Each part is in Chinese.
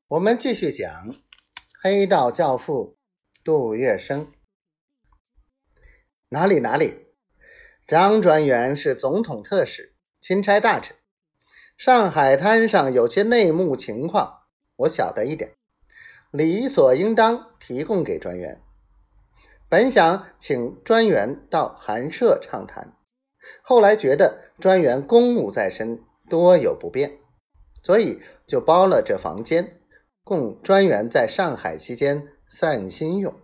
我们继续讲黑道教父杜月笙。哪里，张专员是总统特使，钦差大臣，上海滩上有些内幕情况我晓得一点，理所应当提供给专员。本想请专员到寒舍畅谈，后来觉得专员公务在身，多有不便，所以就包了这房间，供专员在上海期间散心用。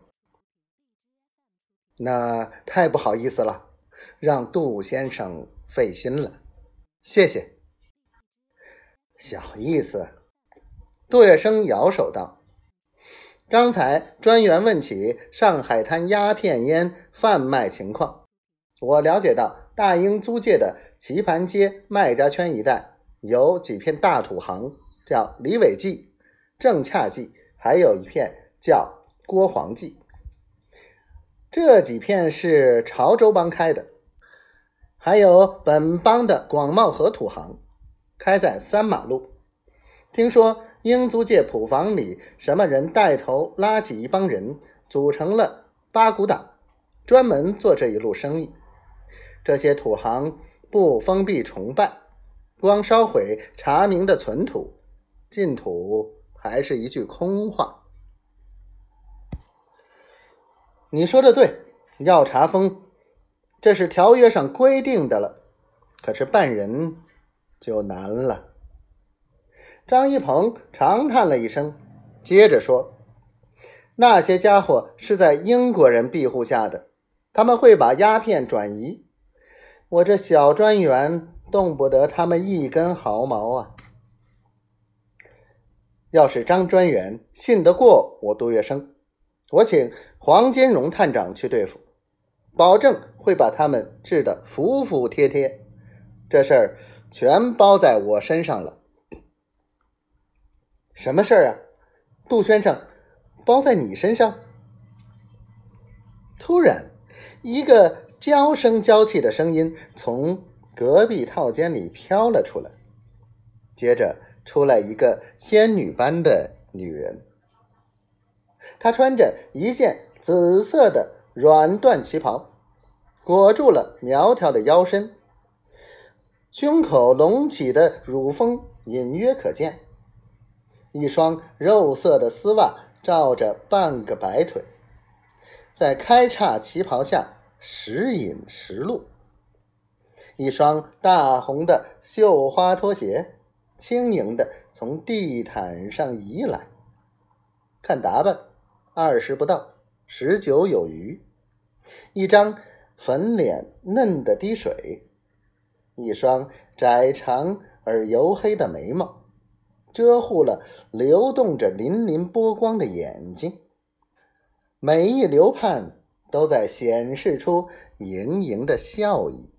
那太不好意思了，让杜先生费心了，谢谢。小意思，杜月笙摇手道。刚才专员问起上海滩鸦片烟贩卖情况，我了解到大英租界的棋盘街麦家圈一带有几片大土行，叫李伟记、郑洽记，还有一片叫郭黄记。这几片是潮州帮开的，还有本帮的广茂河土行，开在3马路。听说英租界普房里什么人带头拉起一帮人，组成了八股党，专门做这一路生意。这些土行不封闭重办，光烧毁查明的存土，进土还是一句空话。你说的对，要查封，这是条约上规定的了，可是办人就难了。张一鹏长叹了一声，接着说，那些家伙是在英国人庇护下的，他们会把鸦片转移，我这小专员动不得他们一根毫毛啊。要是张专员信得过我杜月笙，我请黄金荣探长去对付，保证会把他们治得服服帖帖，这事儿全包在我身上了。什么事儿啊？杜先生，包在你身上？突然，一个娇声娇气的声音从隔壁套间里飘了出来，接着出来一个仙女般的女人。她穿着一件紫色的软缎旗袍，裹住了苗条的腰身，胸口隆起的乳峰隐约可见，一双肉色的丝袜罩着半个白腿，在开叉旗袍下时隐时露，一双大红的绣花拖鞋轻盈地从地毯上移来，看打扮20不到，19有余，一张粉脸嫩得滴水，一双窄长而黝黑的眉毛遮护了流动着粼粼波光的眼睛，每一流盼都在显示出盈盈的笑意。